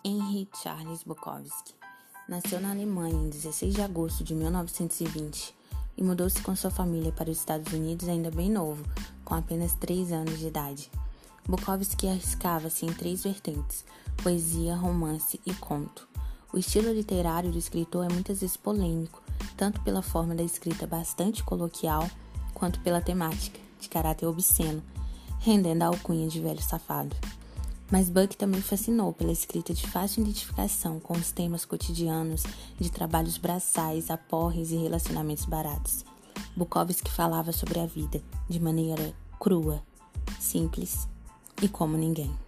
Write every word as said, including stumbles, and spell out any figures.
Henry Charles Bukowski nasceu na Alemanha em dezesseis de agosto de mil novecentos e vinte e mudou-se com sua família para os Estados Unidos ainda bem novo, com apenas três anos de idade. Bukowski arriscava-se em três vertentes: poesia, romance e conto. O estilo literário do escritor é muitas vezes polêmico, tanto pela forma da escrita bastante coloquial, quanto pela temática, de caráter obsceno, rendendo a alcunha de velho safado. Mas Buck também fascinou pela escrita de fácil identificação com os temas cotidianos de trabalhos braçais, aporres e relacionamentos baratos. Bukowski falava sobre a vida de maneira crua, simples e como ninguém.